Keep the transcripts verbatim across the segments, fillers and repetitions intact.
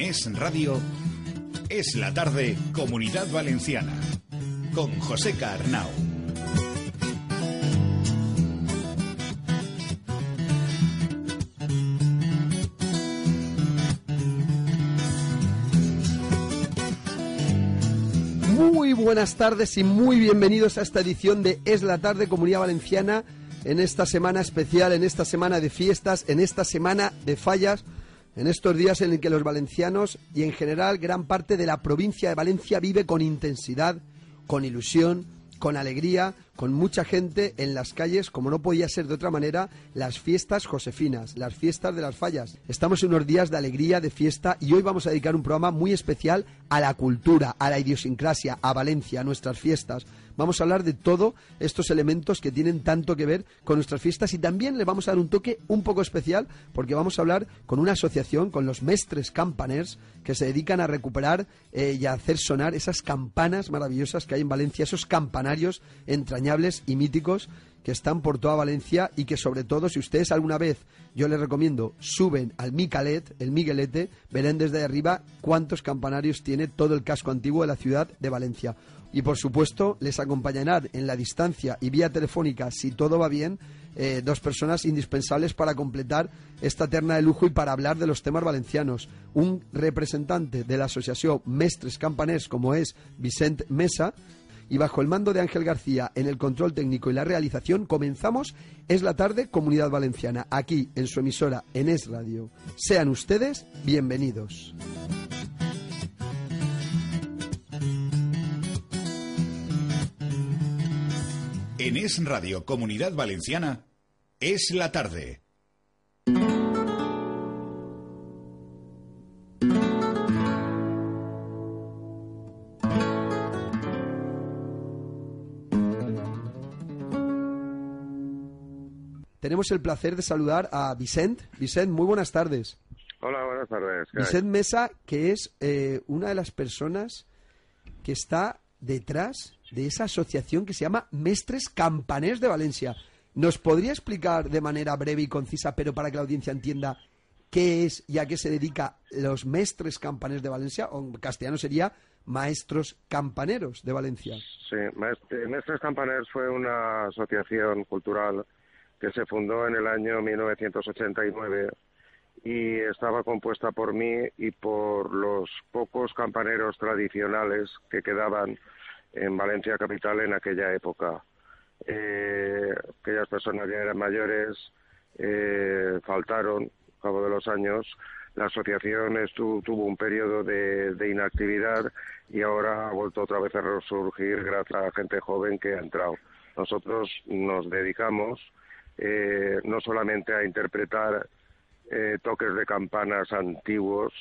Es Radio, Es la Tarde, Comunidad Valenciana, con José Arnau. Muy buenas tardes y muy bienvenidos a esta edición de Es la Tarde, Comunidad Valenciana, en esta semana especial, en esta semana de fiestas, en esta semana de fallas, en estos días en el que los valencianos y en general gran parte de la provincia de Valencia vive con intensidad, con ilusión, con alegría, con mucha gente en las calles, como no podía ser de otra manera, las fiestas josefinas, las fiestas de las fallas. Estamos en unos días de alegría, de fiesta, y hoy vamos a dedicar un programa muy especial a la cultura, a la idiosincrasia, a Valencia, a nuestras fiestas. Vamos a hablar de todos estos elementos que tienen tanto que ver con nuestras fiestas, y también le vamos a dar un toque un poco especial porque vamos a hablar con una asociación, con los mestres campaners, que se dedican a recuperar eh, y a hacer sonar esas campanas maravillosas que hay en Valencia, esos campanarios entrañables y míticos que están por toda Valencia, y que sobre todo, si ustedes alguna vez, yo les recomiendo, suben al Micalet, el Miguelete, verán desde arriba cuántos campanarios tiene todo el casco antiguo de la ciudad de Valencia. Y por supuesto les acompañarán en la distancia y vía telefónica, si todo va bien, eh, dos personas indispensables para completar esta terna de lujo y para hablar de los temas valencianos. Un representante de la asociación Mestres Campaners, como es Vicent Mesa, y bajo el mando de Ángel García en el control técnico y la realización, comenzamos Es la Tarde, Comunidad Valenciana, aquí en su emisora, en Es Radio. Sean ustedes bienvenidos. En Es Radio, Comunidad Valenciana, Es la Tarde. Tenemos el placer de saludar a Vicent. Vicent, muy buenas tardes. Hola, buenas tardes. Vicent Mesa, que es eh, una de las personas que está detrás de esa asociación que se llama Mestres Campaners de Valencia. ¿Nos podría explicar de manera breve y concisa, pero para que la audiencia entienda, qué es y a qué se dedica los Mestres Campaners de Valencia? O en castellano sería Maestros Campaneros de Valencia. Sí, Mestres Campaners fue una asociación cultural que se fundó en el año mil novecientos ochenta y nueve y estaba compuesta por mí y por los pocos campaneros tradicionales que quedaban en Valencia capital en aquella época. Eh, aquellas personas ya eran mayores, eh, faltaron a cabo de los años. La asociación estuvo, tuvo un periodo de, de inactividad y ahora ha vuelto otra vez a resurgir gracias a gente joven que ha entrado. Nosotros nos dedicamos eh, no solamente a interpretar eh, toques de campanas antiguos,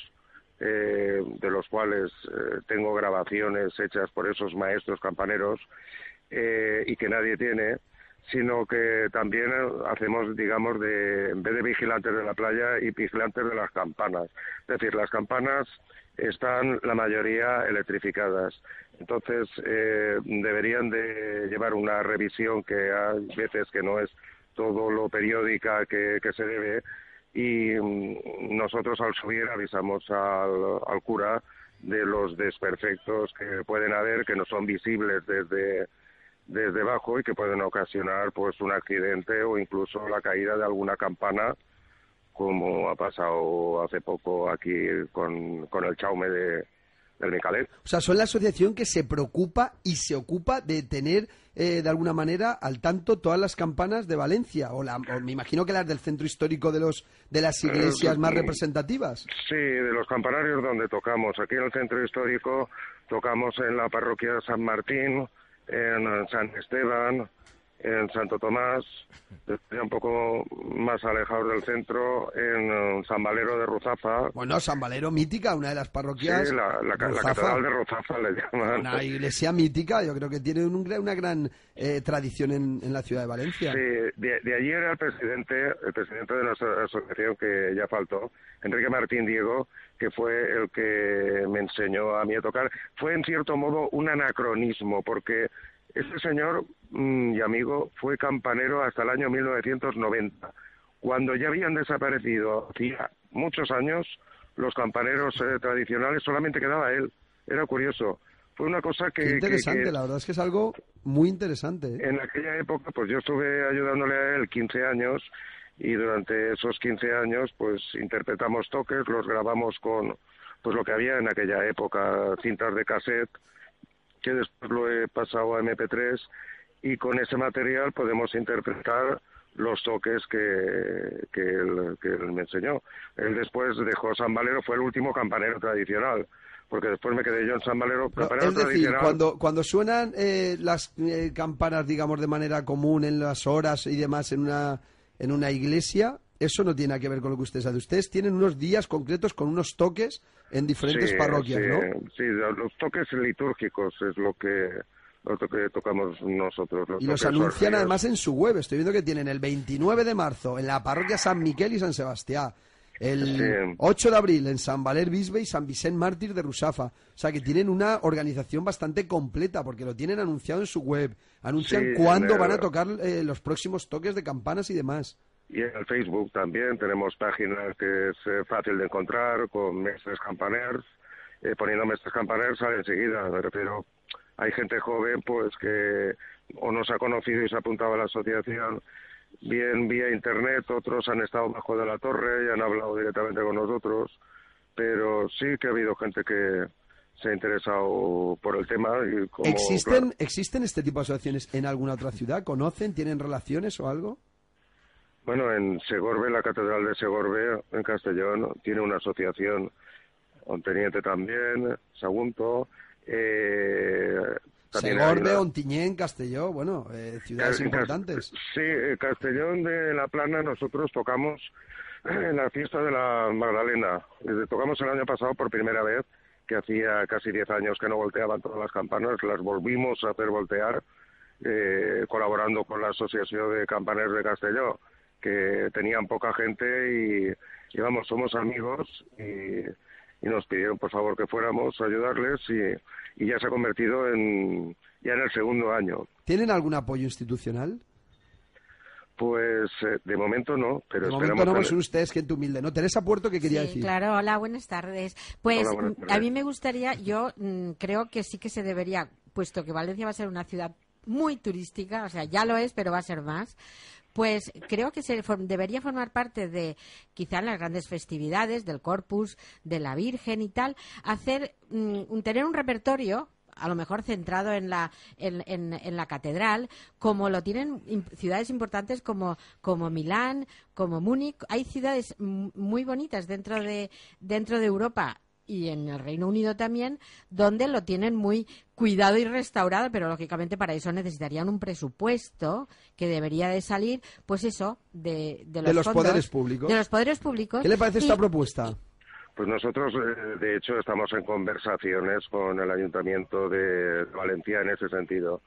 Eh, de los cuales eh, tengo grabaciones hechas por esos maestros campaneros eh, y que nadie tiene, sino que también hacemos, digamos, de en vez de vigilantes de la playa y vigilantes de las campanas. Es decir, las campanas están la mayoría electrificadas, entonces eh, deberían de llevar una revisión que hay veces que no es todo lo periódica que, que se debe, y nosotros al subir avisamos al, al cura de los desperfectos que pueden haber, que no son visibles desde desde abajo y que pueden ocasionar pues un accidente o incluso la caída de alguna campana, como ha pasado hace poco aquí con, con el chaume de, del Micalet. O sea, son la asociación que se preocupa y se ocupa de tener eh, de alguna manera al tanto todas las campanas de Valencia, o, la, o me imagino que las del centro histórico de los de las iglesias eh, más representativas. Sí, de los campanarios donde tocamos. Aquí en el centro histórico tocamos en la parroquia de San Martín, en San Esteban, en Santo Tomás, un poco más alejados del centro, en San Valero de Ruzafa. Bueno, San Valero mítica, una de las parroquias. Sí, la, la, la catedral de Ruzafa le llaman. Una iglesia mítica, yo creo que tiene un, una gran eh, tradición en, en la ciudad de Valencia. Sí, de, de allí era el presidente, el presidente de nuestra asociación, que ya faltó, Enrique Martín Diego, que fue el que me enseñó a mí a tocar. Fue en cierto modo un anacronismo, porque este señor mmm, y amigo fue campanero hasta el año mil novecientos noventa, cuando ya habían desaparecido hacía muchos años los campaneros eh, tradicionales, solamente quedaba él. Era curioso. Fue una cosa que... Qué interesante, que, que la verdad es que es algo muy interesante, ¿eh? En aquella época, pues yo estuve ayudándole a él quince años y durante esos quince años, pues interpretamos toques, los grabamos con pues lo que había en aquella época, cintas de cassette, que después lo he pasado a eme pe tres, y con ese material podemos interpretar los toques que, que, él, que él me enseñó. Él después dejó San Valero, fue el último campanero tradicional, porque después me quedé yo en San Valero. No, es decir, cuando, cuando suenan eh, las eh, campanas, digamos, de manera común en las horas y demás en una, en una iglesia, eso no tiene nada que ver con lo que ustedes hacen. Ustedes tienen unos días concretos con unos toques en diferentes sí, parroquias, sí, ¿no? Sí, los toques litúrgicos es lo que, lo que tocamos nosotros. Los y los anuncian además en su web. Estoy viendo que tienen el veintinueve de marzo en la parroquia San Miquel y San Sebastián. El sí. ocho de abril en San Valer Bisbe y San Vicent Mártir de Rusafa. O sea que tienen una organización bastante completa porque lo tienen anunciado en su web. Anuncian sí, cuándo el... van a tocar eh, los próximos toques de campanas y demás. Y en el Facebook también tenemos páginas que es eh, fácil de encontrar con mestres campaners. Eh, poniendo mestres campaners sale enseguida, me refiero. Hay gente joven pues que o nos ha conocido y se ha apuntado a la asociación bien vía internet, otros han estado bajo de la torre y han hablado directamente con nosotros, pero sí que ha habido gente que se ha interesado por el tema. Y como, ¿Existen, claro, ¿Existen este tipo de asociaciones en alguna otra ciudad? ¿Conocen? ¿Tienen relaciones o algo? Bueno, en Segorbe, la Catedral de Segorbe, en Castellón, tiene una asociación, Onteniente también, Sagunto, eh... Segorbe, una... Ontinyent, Castelló, bueno, eh, ciudades Cast importantes. Sí, Castellón de la Plana nosotros tocamos en la fiesta de la Magdalena. Tocamos el año pasado por primera vez, que hacía casi diez años que no volteaban todas las campanas, las volvimos a hacer voltear, eh, colaborando con la Asociación de Campaneros de Castelló, que tenían poca gente y, y vamos, somos amigos y... y nos pidieron por favor que fuéramos a ayudarles y, y ya se ha convertido en ya en el segundo año. ¿Tienen algún apoyo institucional? Pues eh, de momento no, pero de momento no, pues son ustedes gente humilde, ¿no? Teresa Puerto, ¿qué quería sí, decir? Claro, hola, buenas tardes. Pues hola, buenas tardes. A mí me gustaría, yo mm, creo que sí que se debería, puesto que Valencia va a ser una ciudad muy turística, o sea, ya lo es, pero va a ser más. Pues creo que se for- debería formar parte de, quizá en las grandes festividades, del Corpus, de la Virgen y tal, hacer, mm, tener un repertorio, a lo mejor centrado en la en, en, en la catedral, como lo tienen imp- ciudades importantes como, como Milán, como Múnich. Hay ciudades m- muy bonitas dentro de dentro de Europa y en el Reino Unido también, donde lo tienen muy cuidado y restaurado, pero lógicamente para eso necesitarían un presupuesto que debería de salir, pues eso, de, de los, de los fondos, poderes públicos. De los poderes públicos. ¿Qué le parece y, esta propuesta? Pues nosotros, eh, de hecho, estamos en conversaciones con el Ayuntamiento de Valencia en ese sentido.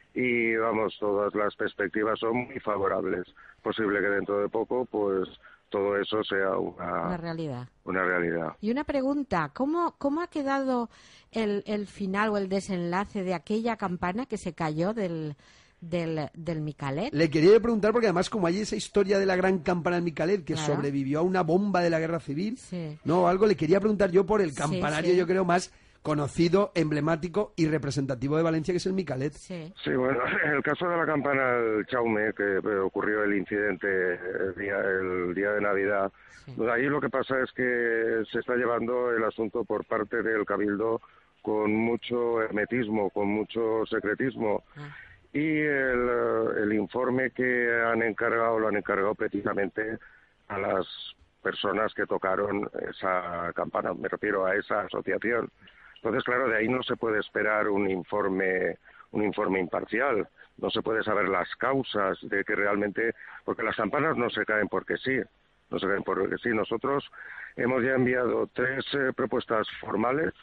Y, vamos, todas las perspectivas son muy favorables. Posible que dentro de poco, pues, todo eso sea una, una realidad. Una realidad. Y una pregunta, ¿cómo, cómo ha quedado el, el final o el desenlace de aquella campana que se cayó del... Del, del Micalet? Le quería preguntar porque además como hay esa historia de la gran campana del Micalet que claro. sobrevivió a una bomba de la guerra civil, sí. no, algo le quería preguntar yo por el campanario, sí, sí. yo creo más conocido, emblemático y representativo de Valencia, que es el Micalet. Sí, sí bueno, en el caso de la campana del Chaume, que ocurrió el incidente el día, el día de Navidad, sí. pues ahí lo que pasa es que se está llevando el asunto por parte del Cabildo con mucho hermetismo, con mucho secretismo. Ah. Y el, el informe que han encargado, lo han encargado precisamente a las personas que tocaron esa campana, me refiero a esa asociación. Entonces, claro, de ahí no se puede esperar un informe, un informe imparcial, no se puede saber las causas de que realmente, porque las campanas no se caen porque sí, no se caen porque sí. Nosotros hemos ya enviado tres eh, propuestas formales,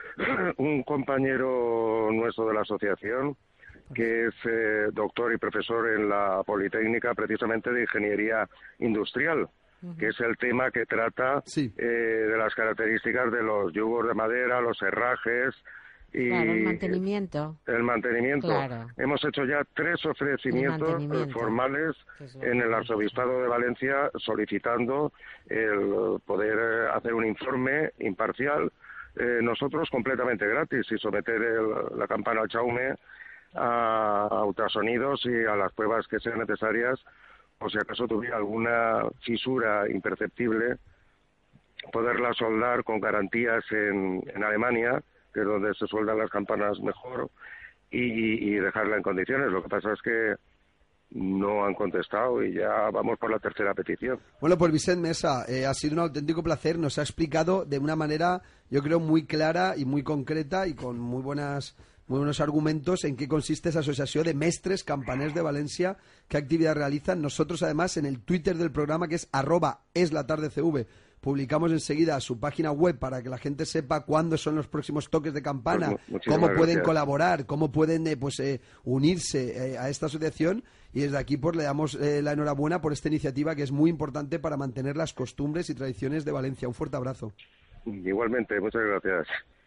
un compañero nuestro de la asociación, que es eh, doctor y profesor en la Politécnica precisamente de Ingeniería Industrial, uh-huh. que es el tema que trata sí. eh, de las características de los yugos de madera, los herrajes Y claro, el mantenimiento. El mantenimiento. Claro. Hemos hecho ya tres ofrecimientos formales en el Arzobispado de Valencia solicitando el poder hacer un informe imparcial, eh, nosotros completamente gratis, y someter el, la campana al Chaume a ultrasonidos y a las pruebas que sean necesarias, o si acaso tuviera alguna fisura imperceptible, poderla soldar con garantías en, en Alemania, que es donde se sueldan las campanas mejor, y, y dejarla en condiciones. Lo que pasa es que no han contestado y ya vamos por la tercera petición. Bueno, pues Vicent Mesa, eh, ha sido un auténtico placer. Nos ha explicado de una manera, yo creo, muy clara y muy concreta y con muy buenas muy buenos argumentos en qué consiste esa asociación de mestres campaners de Valencia, qué actividad realizan. Nosotros, además, en el Twitter del programa, que es arroba eslatardecv, publicamos enseguida su página web para que la gente sepa cuándo son los próximos toques de campana, pues, cómo pueden gracias. colaborar, cómo pueden eh, pues eh, unirse eh, a esta asociación, y desde aquí pues le damos eh, la enhorabuena por esta iniciativa que es muy importante para mantener las costumbres y tradiciones de Valencia. Un fuerte abrazo. Igualmente, muchas gracias.